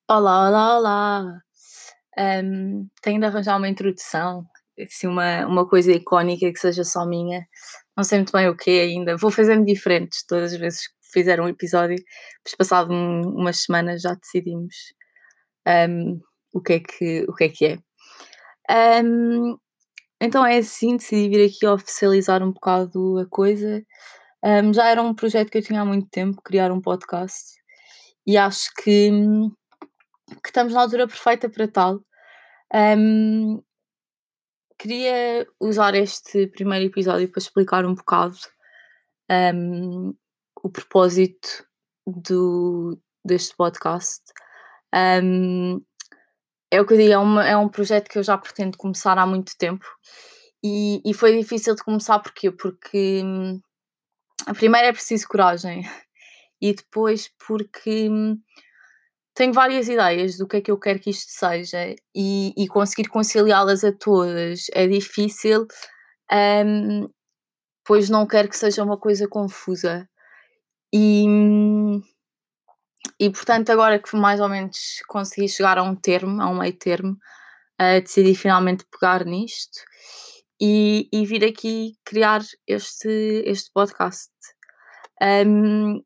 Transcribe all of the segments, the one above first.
Olá, olá, olá. Tenho de arranjar uma introdução, assim, uma coisa icónica que seja só minha. Não sei muito bem o quê ainda. Vou fazendo diferentes todas as vezes que fizer um episódio, depois passado umas semanas já decidimos, hum, o que é que é. Hum, então é assim, decidi vir aqui oficializar um bocado a coisa. Já era um projeto que eu tinha há muito tempo, criar um podcast, e acho que estamos na altura perfeita para tal. Hum, Queria usar este primeiro episódio para explicar um bocado, hum, o propósito deste podcast. Hum, É o que eu digo, é um projeto que eu já pretendo começar há muito tempo e foi difícil de começar porquê? Porque, primeiro é preciso coragem e depois porque, tenho várias ideias do que é que eu quero que isto seja e conseguir conciliá-las a todas é difícil, hum, pois não quero que seja uma coisa confusa. E, portanto, agora que mais ou menos consegui chegar a um termo, a um meio termo, decidi finalmente pegar nisto e vir aqui criar este podcast. Hum,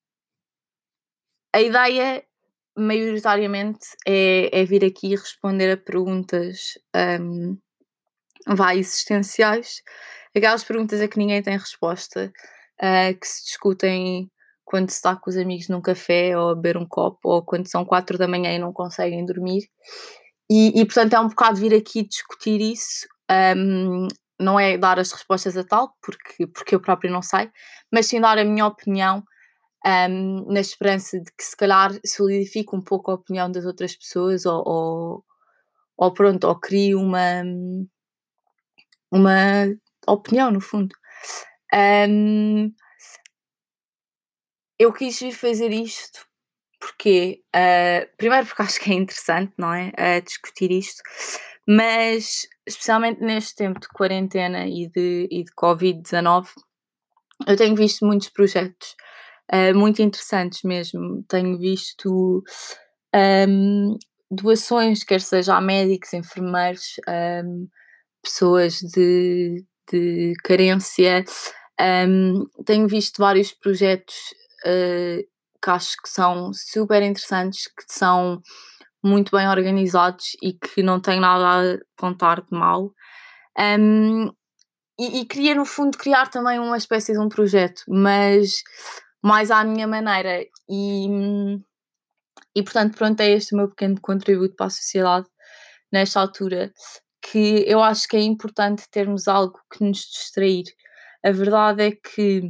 a ideia, maioritariamente, é vir aqui responder a perguntas, existenciais, aquelas perguntas a que ninguém tem resposta, que se discutem quando se está com os amigos num café ou a beber um copo, ou quando são 4 da manhã e não conseguem dormir. Portanto é um bocado vir aqui discutir isso, não é dar as respostas a tal, porque eu própria não sei, mas sim dar a minha opinião, na esperança de que se calhar solidifique um pouco a opinião das outras pessoas ou pronto, ou crie uma opinião no fundo. Hum, eu quis vir fazer isto porque, primeiro porque acho que é interessante, não é? Discutir isto, mas especialmente neste tempo de quarentena e de Covid-19, eu tenho visto muitos projetos, muito interessantes mesmo. Tenho visto, hum, doações, quer seja a médicos, enfermeiros, pessoas de carência. Tenho visto vários projetos, que acho que são super interessantes, que são muito bem organizados e que não têm nada a apontar de mal. Um, queria, no fundo, criar também uma espécie de um projeto, mas mais à minha maneira. Portanto, pronto, é este o meu pequeno contributo para a sociedade nesta altura, que eu acho que é importante termos algo que nos distrair. A verdade é que,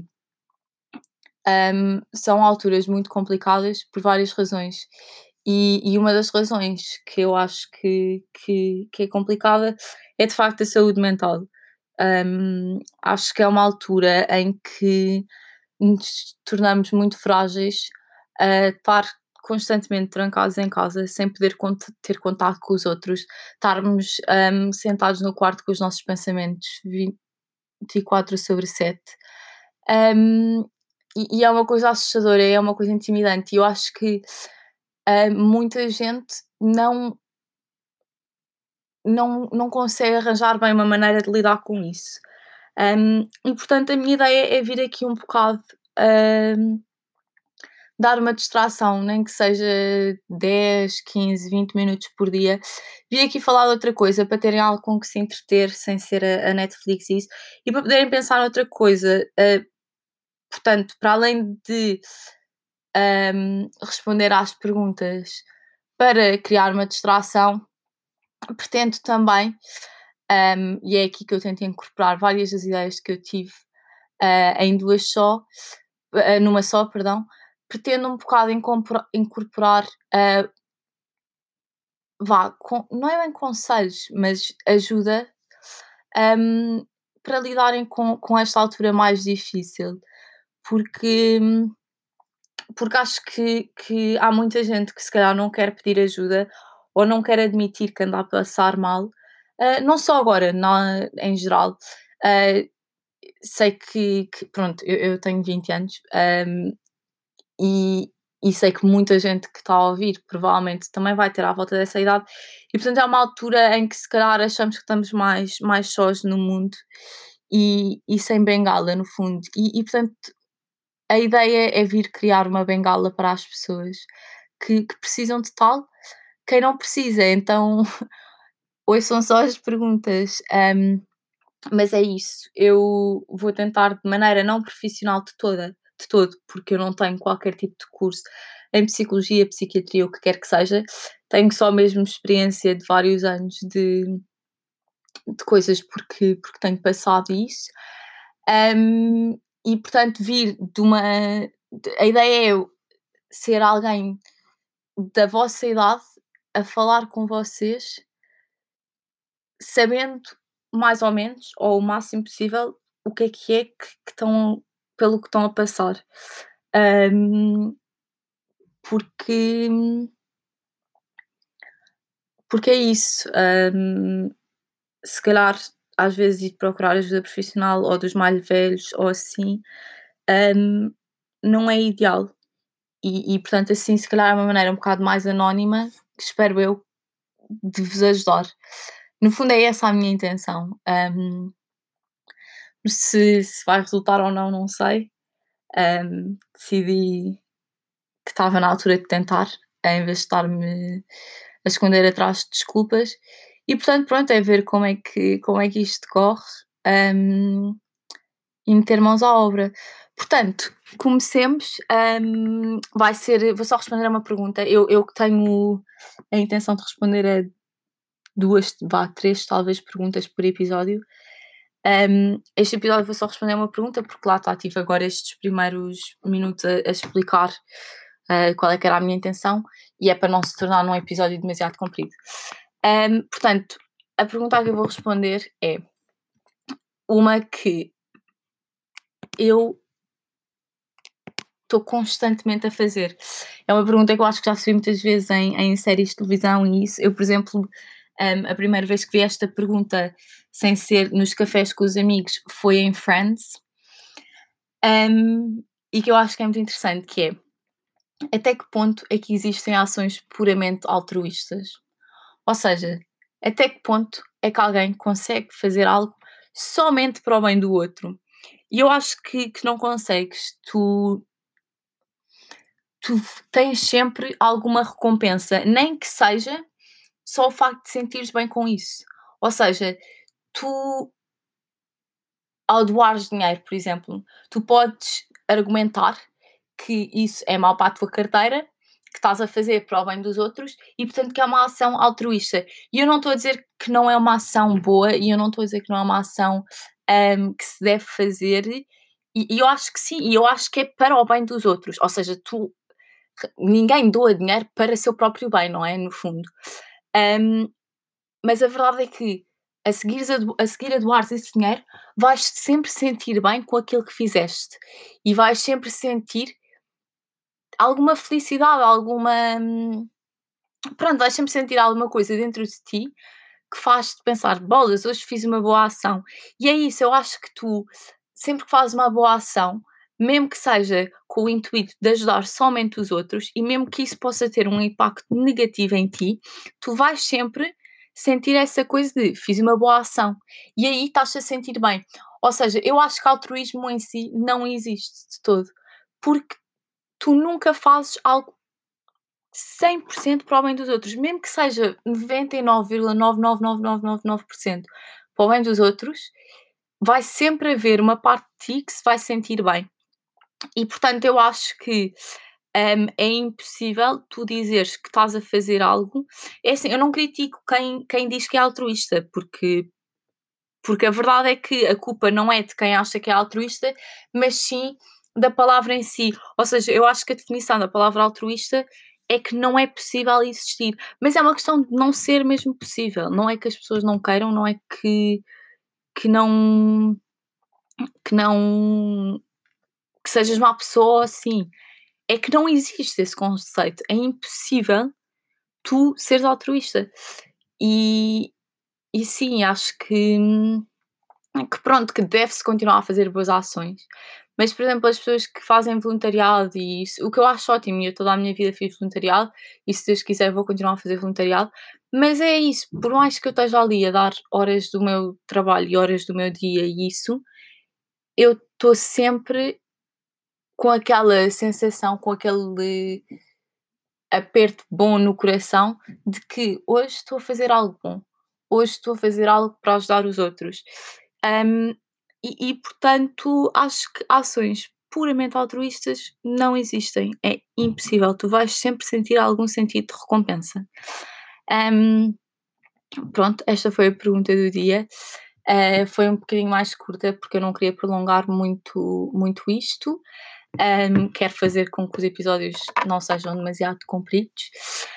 são alturas muito complicadas por várias razões. E uma das razões que eu acho que é complicada é de facto a saúde mental. Acho que é uma altura em que nos tornamos muito frágeis a estar constantemente trancados em casa sem poder ter contato com os outros, estarmos, sentados no quarto com os nossos pensamentos 24/7. Hum, é uma coisa assustadora, é uma coisa intimidante e eu acho que, muita gente não consegue arranjar bem uma maneira de lidar com isso. Portanto a minha ideia é vir aqui um bocado, hum, dar uma distração, nem que seja 10, 15, 20 minutos por dia. Vir aqui falar de outra coisa para terem algo com que se entreter sem ser a Netflix e isso, e para poderem pensar noutra coisa. Portanto, para além de, responder às perguntas para criar uma distração, pretendo também, e é aqui que eu tento incorporar várias das ideias que eu tive, em duas só, numa só, perdão, pretendo um bocado incorporar, não é bem conselhos, mas ajuda, hum, para lidarem com esta altura mais difícil, porque, acho que há muita gente que se calhar não quer pedir ajuda ou não quer admitir que anda a passar mal, não só agora, em geral. Ah, Sei que pronto, eu tenho 20 anos, e e sei que muita gente que está a ouvir provavelmente também vai ter à volta dessa idade, e portanto é uma altura em que se calhar achamos que estamos mais sós no mundo e sem bengala no fundo, e portanto a ideia é vir criar uma bengala para as pessoas que precisam de tal. Quem não precisa, então ouçam só as perguntas. Mas é isso, eu vou tentar de maneira não profissional de todo, porque eu não tenho qualquer tipo de curso em psicologia, psiquiatria, o que quer que seja. Tenho só mesmo experiência de vários anos de coisas porque tenho passado isso. E portanto vir de uma a ideia é eu ser alguém da vossa idade a falar com vocês, sabendo mais ou menos, ou o máximo possível, o que é que estão pelo que estão a passar. Hum, porque porque é isso, se calhar às vezes ir procurar ajuda profissional ou dos mais velhos ou assim, hum, não é ideal. E portanto assim se calhar é uma maneira um bocado mais anónima, espero eu, de vos ajudar. No fundo é essa a minha intenção. Se vai resultar ou não, não sei. Decidi que estava na altura de tentar, em vez de estar-me a esconder atrás de desculpas. E portanto, pronto, é ver como é que isto corre, hum, e meter mãos à obra. Portanto, comecemos. Vou só responder a uma pergunta. Eu que tenho a intenção de responder a 2, vá, 3 talvez perguntas por episódio. Este episódio vou só responder a uma pergunta, porque lá está, tive agora estes primeiros minutos a explicar qual é que era a minha intenção, e é para não se tornar num episódio demasiado comprido. Portanto, a pergunta que eu vou responder é uma que eu estou constantemente a fazer. É uma pergunta que eu acho que já se viu muitas vezes em séries de televisão e isso. Eu, por exemplo, a primeira vez que vi esta pergunta sem ser nos cafés com os amigos foi em Friends. E que eu acho que é muito interessante, que é até que ponto é que existem ações puramente altruístas? Ou seja, até que ponto é que alguém consegue fazer algo somente para o bem do outro? E eu acho que não consegues. Tu tens sempre alguma recompensa, nem que seja só o facto de sentires bem com isso. Ou seja, tu, ao doares dinheiro, por exemplo, tu podes argumentar que isso é mau para a tua carteira, que estás a fazer para o bem dos outros e, portanto, que é uma ação altruísta. E eu não estou a dizer que não é uma ação boa e eu não estou a dizer que não é uma ação que se deve fazer. E eu acho que sim, e eu acho que é para o bem dos outros. Ou seja, ninguém doa dinheiro para seu próprio bem, não é? No fundo. Um, mas a verdade é que a seguir a doares esse dinheiro, vais sempre sentir bem com aquilo que fizeste e vais sempre sentir alguma felicidade, pronto, vais sempre sentir alguma coisa dentro de ti que faz-te pensar: "Bolas, hoje fiz uma boa ação". E é isso, eu acho que tu, sempre que fazes uma boa ação, mesmo que seja com o intuito de ajudar somente os outros e mesmo que isso possa ter um impacto negativo em ti, tu vais sempre sentir essa coisa de: "Fiz uma boa ação", e aí estás-te a sentir bem. Ou seja, eu acho que altruísmo em si não existe de todo, porque tu nunca fazes algo 100% para o bem dos outros, mesmo que seja 99,99999% para o bem dos outros, vai sempre haver uma parte de ti que se vai sentir bem. E portanto eu acho que, é impossível tu dizeres que estás a fazer algo. É assim, eu não critico quem diz que é altruísta, porque a verdade é que a culpa não é de quem acha que é altruísta, mas sim da palavra em si. Ou seja, eu acho que a definição da palavra altruísta é que não é possível existir. Mas é uma questão de não ser mesmo possível. Não é que as pessoas não queiram, não é que não que não que sejas má pessoa ou assim. É que não existe esse conceito. É impossível tu seres altruísta. E, e sim, acho que pronto, que deve-se continuar a fazer boas ações, Mas, por exemplo, as pessoas que fazem voluntariado e isso, o que eu acho ótimo, e eu toda a minha vida fiz voluntariado, e se Deus quiser vou continuar a fazer voluntariado, mas é isso, por mais que eu esteja ali a dar horas do meu trabalho e horas do meu dia e isso, eu estou sempre com aquela sensação, com aquele aperto bom no coração de que hoje estou a fazer algo bom, hoje estou a fazer algo para ajudar os outros. Hum, portanto, acho que ações puramente altruístas não existem, é impossível, tu vais sempre sentir algum sentido de recompensa. Hum, Pronto, esta foi a pergunta do dia. Foi um bocadinho mais curta porque eu não queria prolongar muito isto. Quero fazer com que os episódios não sejam demasiado compridos.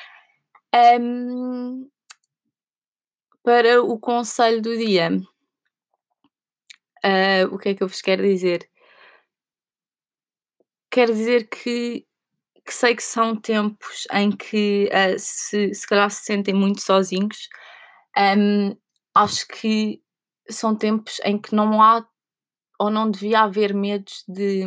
Hum, para o conselho do dia, o que é que eu vos quero dizer? Quero dizer que sei que são tempos em que, se calhar se sentem muito sozinhos. Hum, Acho que são tempos em que não há ou não devia haver medos de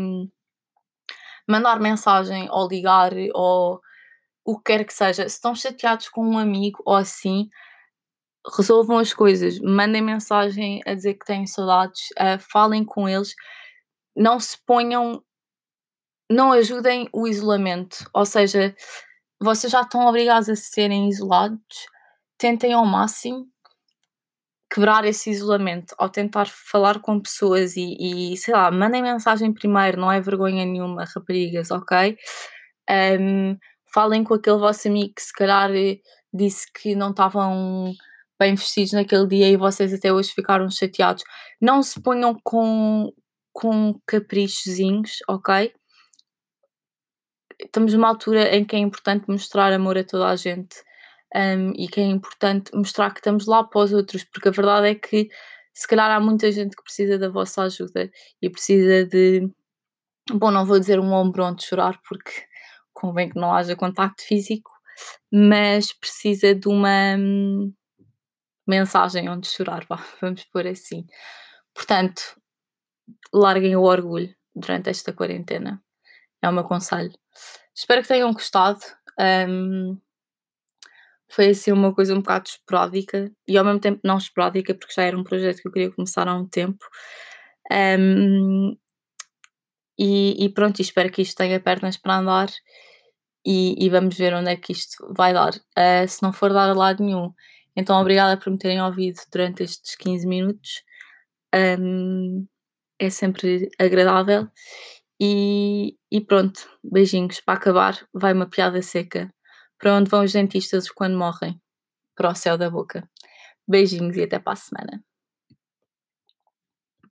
mandar mensagem ou ligar ou o que quer que seja. Se estão chateados com um amigo ou assim, resolvam as coisas, mandem mensagem a dizer que têm saudades, falem com eles, não se ponham, não ajudem o isolamento, ou seja, vocês já estão obrigados a serem isolados, tentem ao máximo quebrar esse isolamento ao tentar falar com pessoas sei lá, mandem mensagem primeiro, não é vergonha nenhuma, raparigas, ok? Hum, Falem com aquele vosso amigo que se calhar disse que não estavam bem vestidos naquele dia e vocês até hoje ficaram chateados. Não se ponham com caprichozinhos, ok? Estamos numa altura em que é importante mostrar amor a toda a gente, e que é importante mostrar que estamos lá para os outros, porque a verdade é que se calhar há muita gente que precisa da vossa ajuda e precisa de, bom, não vou dizer um ombro onde chorar, porque convém que não haja contacto físico, mas precisa de uma mensagem onde chorar, vá, vamos pôr assim. Portanto, larguem o orgulho durante esta quarentena, é o meu conselho. Espero que tenham gostado. hum, Foi assim uma coisa um bocado esporádica e ao mesmo tempo não esporádica, porque já era um projeto que eu queria começar há um tempo. Hum, pronto, e espero que isto tenha pernas para andar e vamos ver onde é que isto vai dar. Se não for dar a lado nenhum, então obrigada por me terem ouvido durante estes 15 minutos. Hum, É sempre agradável. Pronto, beijinhos. Para acabar, vai uma piada seca. Para onde vão os dentistas quando morrem? Para o céu da boca. Beijinhos e até para a semana.